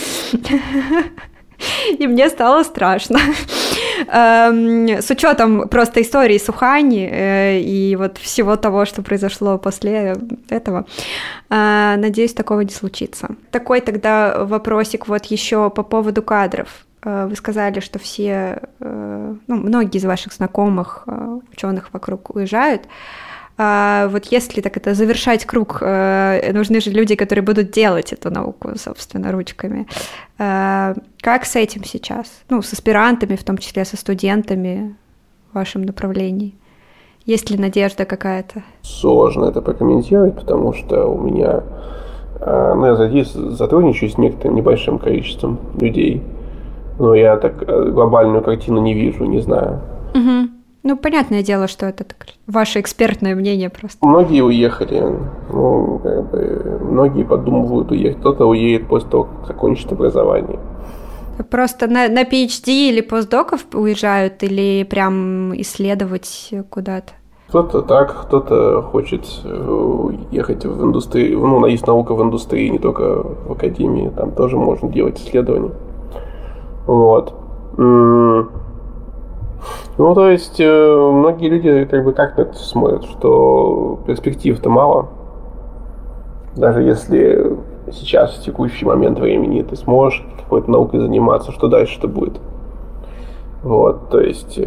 И мне стало страшно. С учетом просто истории Сухани и вот всего того, что произошло после этого, надеюсь, такого не случится. Такой тогда вопросик вот еще по поводу кадров. Вы сказали, что многие из ваших знакомых ученых вокруг уезжают. Вот если так это завершать круг, нужны же люди, которые будут делать эту науку, собственно, ручками. Как с этим сейчас? Ну, с аспирантами, в том числе со студентами в вашем направлении. Есть ли надежда какая-то? Сложно это прокомментировать, потому что у меня... я сотрудничаю с некоторым небольшим количеством людей. Но я так глобальную картину не вижу, не знаю. Угу. Ну, понятное дело, что это ваше экспертное мнение просто. Многие уехали. Многие подумывают уехать. Кто-то уедет после того, как закончит образование. Просто на PhD или постдоков уезжают, или прям исследовать куда-то? Кто-то так, кто-то хочет ехать в индустрию. Ну, есть наука в индустрии, не только в академии. Там тоже можно делать исследования. Вот. Ну, то есть, многие люди как на это смотрят, что перспектив-то мало. Даже если сейчас, в текущий момент времени, ты сможешь какой-то наукой заниматься, что дальше-то будет. Вот, то есть,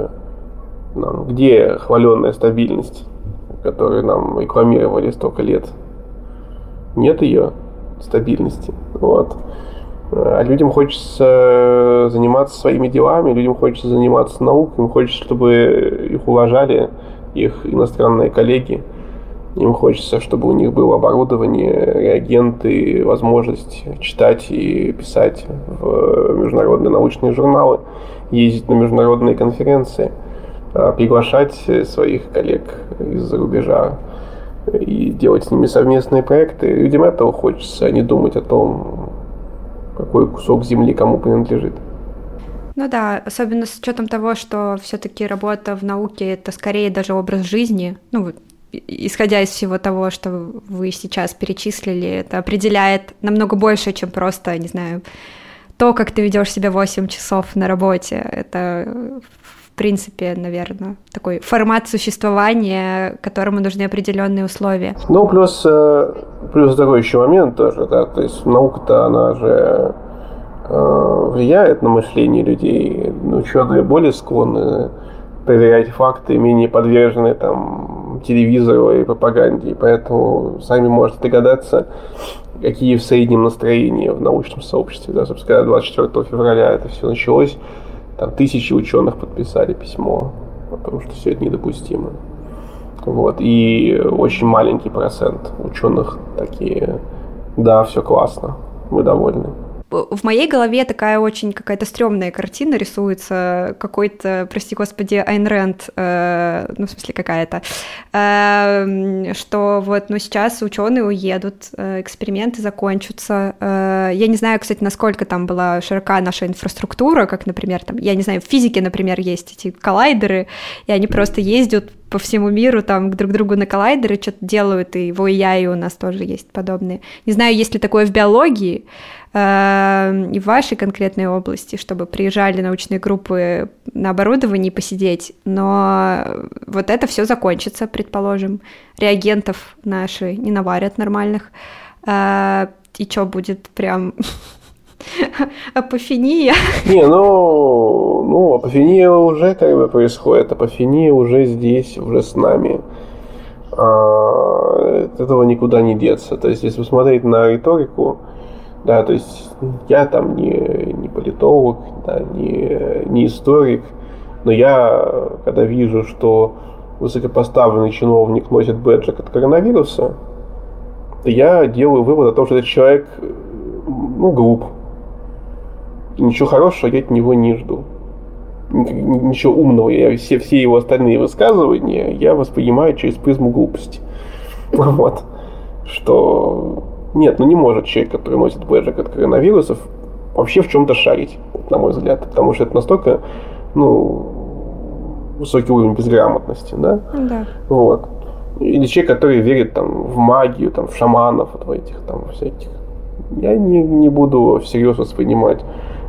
где хваленная стабильность, которую нам рекламировали столько лет? Нет ее стабильности. Вот. А людям хочется заниматься своими делами, людям хочется заниматься наукой, им хочется, чтобы их уважали их иностранные коллеги. Им хочется, чтобы у них было оборудование, реагенты, возможность читать и писать в международные научные журналы, ездить на международные конференции, приглашать своих коллег из-за рубежа и делать с ними совместные проекты. Людям этого хочется, а не думать о том, какой кусок земли кому принадлежит. Ну да, особенно с учетом того, что все-таки работа в науке — это скорее даже образ жизни. Ну, исходя из всего того, что вы сейчас перечислили, это определяет намного больше, чем просто, не знаю, то, как ты ведешь себя 8 часов на работе. Это, в принципе, наверное, такой формат существования, которому нужны определенные условия. Ну, плюс такой еще момент тоже, да, то есть наука-то, она же влияет на мышление людей. Ученые более склонны проверять факты, менее подвержены там телевизору и пропаганде, и поэтому сами можете догадаться, какие в среднем настроения в научном сообществе. Да, собственно говоря, 24 февраля это все началось, там тысячи ученых подписали письмо о том, что все это недопустимо. Вот. И очень маленький процент ученых такие: да, все классно, мы довольны. В моей голове такая очень какая-то стрёмная картина рисуется, какой-то, прости господи, Айн Рэнд, ну, в смысле, какая-то, что вот, ну, сейчас ученые уедут, эксперименты закончатся. Я не знаю, кстати, насколько там была широка наша инфраструктура, как, например, там, я не знаю, в физике, например, есть эти коллайдеры, и они просто ездят по всему миру там друг к другу на коллайдеры, что-то делают, и в ОИАИ у нас тоже есть подобные. Не знаю, есть ли такое в биологии, и в вашей конкретной области, чтобы приезжали научные группы на оборудовании посидеть, но вот это все закончится, предположим, реагентов наши не наварят нормальных, и что будет прям апофения? Не, ну, апофения уже как бы происходит, апофения уже здесь, уже с нами. От этого никуда не деться. То есть, если посмотреть на риторику, да, то есть я там не политолог, да, не историк, но я, когда вижу, что высокопоставленный чиновник носит бэджик от коронавируса, то я делаю вывод о том, что этот человек, ну, глуп. И ничего хорошего я от него не жду. Ничего умного. Все его остальные высказывания я воспринимаю через призму глупости. Вот. Что... Нет, ну не может человек, который носит бэджик от коронавирусов, вообще в чем-то шарить, на мой взгляд. Потому что это настолько, ну, высокий уровень безграмотности, да? Да. Вот. Или человек, который верит там в магию, там, в шаманов, вот в этих там всяких. Я не буду всерьез воспринимать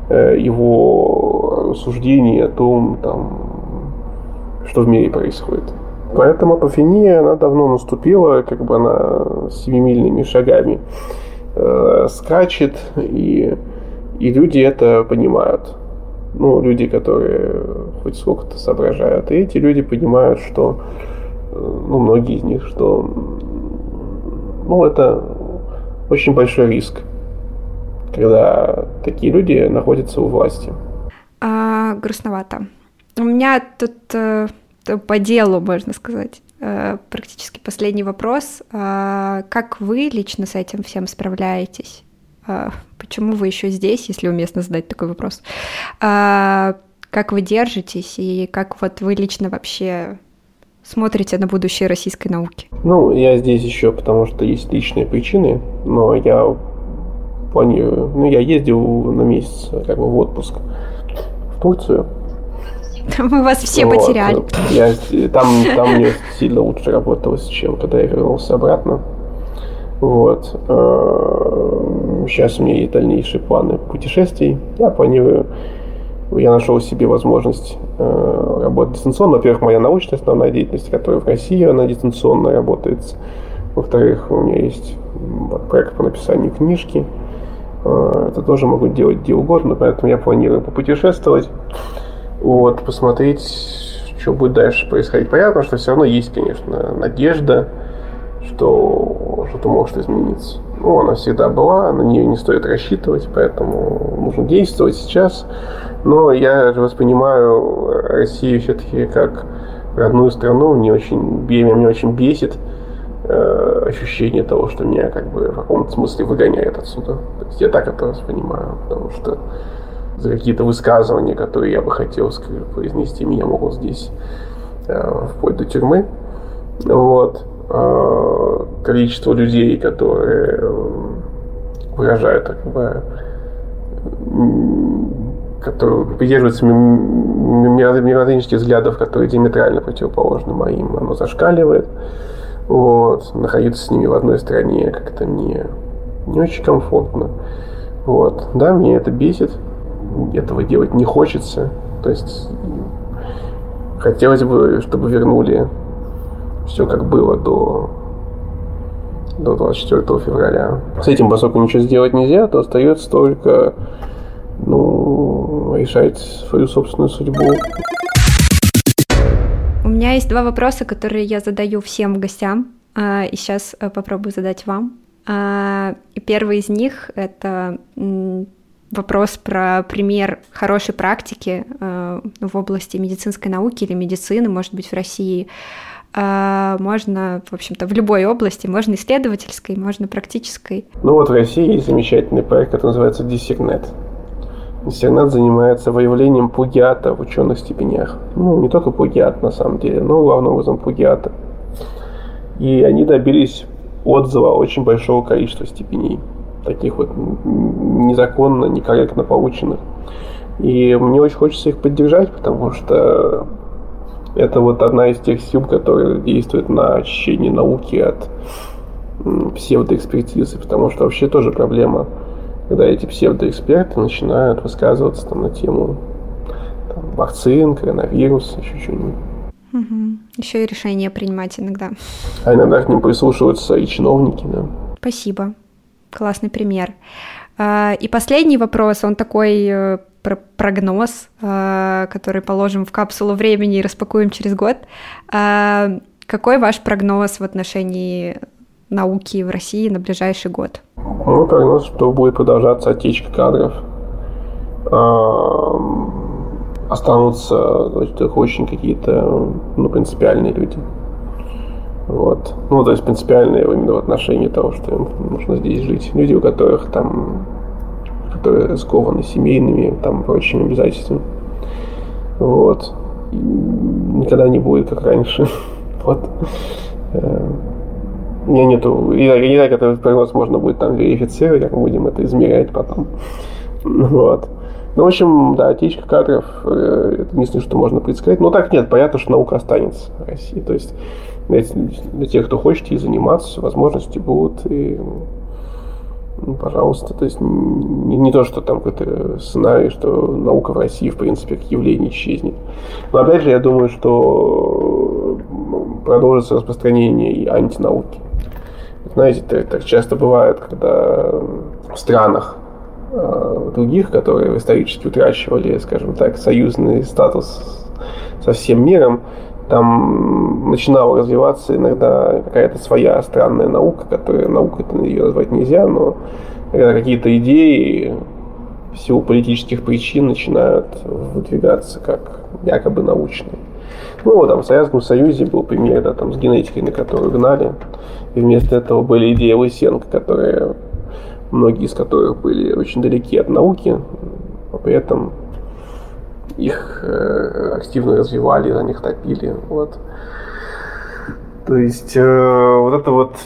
его суждения о том, там, что в мире происходит. Поэтому апофения, она давно наступила, как бы она семимильными шагами скачет, и люди это понимают. Ну, люди, которые хоть сколько-то соображают. И эти люди понимают, что, ну, многие из них, что, ну, это очень большой риск, когда такие люди находятся у власти. Грустновато. У меня тут по делу, можно сказать, практически последний вопрос. Как вы лично с этим всем справляетесь? Почему вы еще здесь, если уместно задать такой вопрос? Как вы держитесь и как вот вы лично вообще смотрите на будущее российской науки? Ну, я здесь еще потому, что есть личные причины, но я планирую. Ну, я ездил на месяц как бы в отпуск в Турцию. Мы вас все потеряли. Там мне сильно лучше работалось, чем когда я вернулся обратно. Вот. Сейчас у меня есть дальнейшие планы путешествий. Я нашел себе возможность работать дистанционно. Во-первых, моя научная основная деятельность, которая в России, она дистанционно работает. Во-вторых, у меня есть проект по написанию книжки. Это тоже могу делать где угодно, поэтому я планирую попутешествовать, вот, посмотреть, что будет дальше происходить. Понятно, что все равно есть, конечно, надежда, что что-то может измениться. Ну, она всегда была, на нее не стоит рассчитывать, поэтому нужно действовать сейчас. Но я же воспринимаю Россию все-таки как родную страну. Меня очень бесит ощущение того, что меня как бы в каком-то смысле выгоняет отсюда. То есть я так это воспринимаю, потому что за какие-то высказывания, которые я бы хотел произнести, меня могут здесь вплоть до тюрьмы. Вот. Количество людей, которые выражают, как бы, которые придерживаются мировоззренческих взглядов, которые диаметрально противоположны моим, оно зашкаливает. Вот. Находиться с ними в одной стране как-то не очень комфортно. Вот. Да, меня это бесит. Этого делать не хочется. То есть хотелось бы, чтобы вернули все как было до 24 февраля. С этим, поскольку ничего сделать нельзя, то остается только решать свою собственную судьбу. У меня есть 2 вопроса, которые я задаю всем гостям, и сейчас попробую задать вам. И первый из них — это вопрос про пример хорошей практики в области медицинской науки или медицины, может быть, в России. Можно, в общем-то, в любой области, можно исследовательской, можно практической. Ну вот в России есть замечательный проект, который называется DisserNet. DisserNet занимается выявлением плагиата в ученых степенях. Ну, не только плагиат, на самом деле, но главным образом плагиата. И они добились отзыва очень большого количества степеней, таких вот незаконно, некорректно полученных. И мне очень хочется их поддержать, потому что это вот одна из тех сил, которые действуют на очищение науки от псевдоэкспертизы, потому что вообще тоже проблема, когда эти псевдоэксперты начинают высказываться там на тему вакцин, коронавируса, еще что-нибудь. Угу. Еще и решения принимать иногда. А иногда к ним прислушиваются и чиновники, да. Спасибо. Классный пример. И последний вопрос, он такой прогноз, который положим в капсулу времени и распакуем через год. Какой ваш прогноз в отношении науки в России на ближайший год? Ну, прогноз, что будет продолжаться отечка кадров. Останутся только очень какие-то принципиальные люди. Вот. Ну, то есть принципиальные именно в отношении того, что им нужно здесь жить. Люди, у которых которые скованы семейными, прочими обязательствами. Вот. И никогда не будет, как раньше. Вот. У меня нету... Я не знаю, этот прогноз можно будет верифицировать, как мы будем это измерять потом. Вот. Ну, в общем, да, отечка кадров – это единственное, что можно предсказать. Но так нет, понятно, что наука останется в России. То есть для тех, кто хочет ей заниматься, возможности будут. И, пожалуйста, то есть не то, что там какой-то сценарий, что наука в России, в принципе, как явление исчезнет. Но опять же, я думаю, что продолжится распространение и антинауки. Знаете, так часто бывает, когда в странах других, которые исторически утрачивали, скажем так, союзный статус со всем миром, там начинала развиваться иногда какая-то своя странная наука, которая наукой-то ее назвать нельзя, но когда какие-то идеи в силу политических причин начинают выдвигаться как якобы научные. Ну, там в Советском Союзе был пример, да, там с генетикой, на которую гнали, и вместо этого были идеи Лысенко, многие из которых были очень далеки от науки, но при этом их активно развивали, за них топили. Вот. То есть вот это вот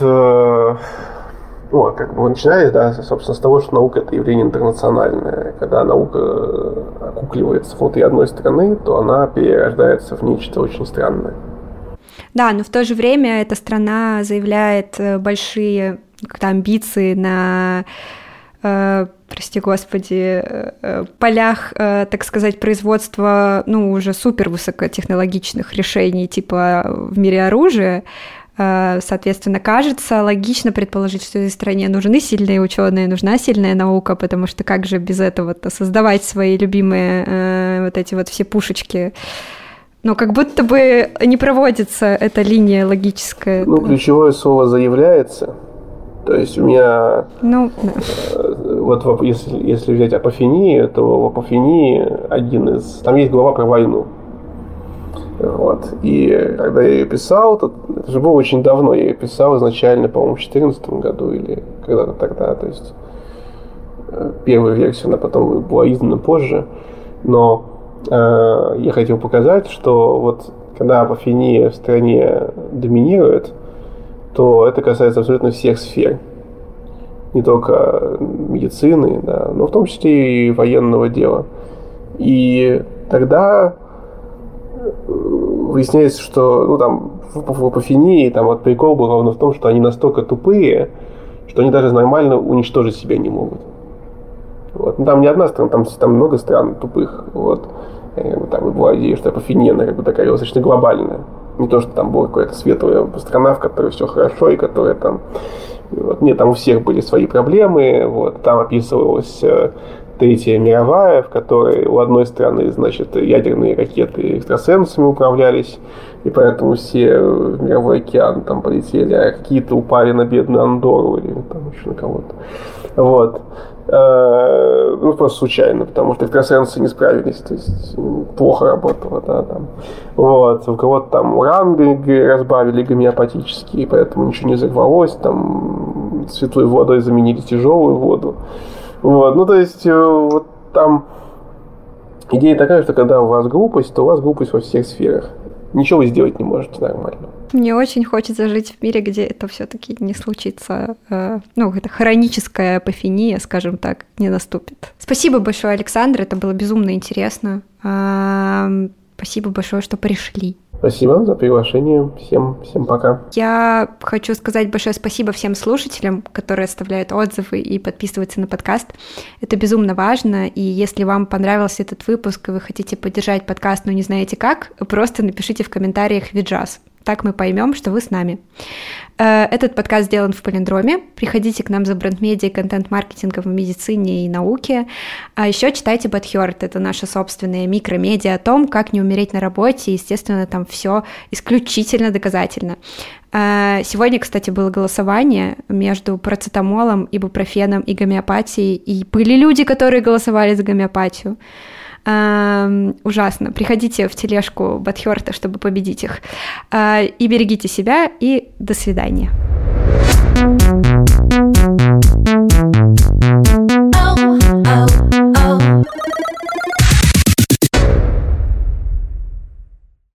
начинается, да, собственно, с того, что наука – это явление интернациональное. Когда наука окукливается внутри одной страны, то она перерождается в нечто очень странное. Да, но в то же время эта страна заявляет большие амбиции на, прости господи, полях, так сказать, производства, уже супервысокотехнологичных решений, типа в мире оружия. Соответственно, кажется логично предположить, что этой стране нужны сильные ученые, нужна сильная наука, потому что как же без этого-то создавать свои любимые вот эти вот все пушечки. Но как будто бы не проводится эта линия логическая. Ну, ключевое слово «заявляется». То есть у меня... Ну, да. Вот если взять апофению, то в апофении один из... Там есть глава про войну. Вот. И когда я ее писал, это же было очень давно, я ее писал изначально, по-моему, в 2014 году или когда-то тогда. То есть первую версию, она потом была издана позже. Но я хотел показать, что вот когда апофения в стране доминирует, то это касается абсолютно всех сфер. Не только медицины, да, но в том числе и военного дела. И тогда выясняется, что в апофении вот прикол был ровно в том, что они настолько тупые, что они даже нормально уничтожить себя не могут. Вот. Ну, там не одна страна, там много стран тупых. Вот. Там была идея, что апофения, она такая достаточно глобальная. Не то, что там была какая-то светлая страна, в которой все хорошо, и которая там... Вот. Нет, там у всех были свои проблемы. Вот. Там описывалась Третья мировая, в которой у одной страны, значит, ядерные ракеты экстрасенсами управлялись, и поэтому все в мировой океан там полетели, а какие-то упали на бедную Андорру или там еще на кого-то. Вот. Ну, просто случайно, потому что экстрасенсы не справились, то есть плохо работало, да, там. Вот. У кого-то там уран разбавили гомеопатический, поэтому ничего не взорвалось, там святой водой заменили тяжелую воду. Вот. Ну, то есть, вот там идея такая, что когда у вас глупость, то у вас глупость во всех сферах. Ничего вы сделать не можете нормально. Мне очень хочется жить в мире, где это все-таки не случится, это хроническая апофения, скажем так, не наступит. Спасибо большое, Александр, это было безумно интересно. Спасибо большое, что пришли. Спасибо за приглашение. Всем пока. Я хочу сказать большое спасибо всем слушателям, которые оставляют отзывы и подписываются на подкаст. Это безумно важно, и если вам понравился этот выпуск, и вы хотите поддержать подкаст, но не знаете как, просто напишите в комментариях «Виджаз». Так мы поймем, что вы с нами. Этот подкаст сделан в Полиндроме. Приходите к нам за бренд-медиа и контент-маркетингом в медицине и науке. А еще читайте BadHeart. Это наша собственная микромедиа о том, как не умереть на работе. Естественно, там все исключительно доказательно. Сегодня, кстати, было голосование между парацетамолом, ибупрофеном и гомеопатией. И были люди, которые голосовали за гомеопатию. Ужасно. Приходите в тележку BadHeart, чтобы победить их. И берегите себя, и до свидания.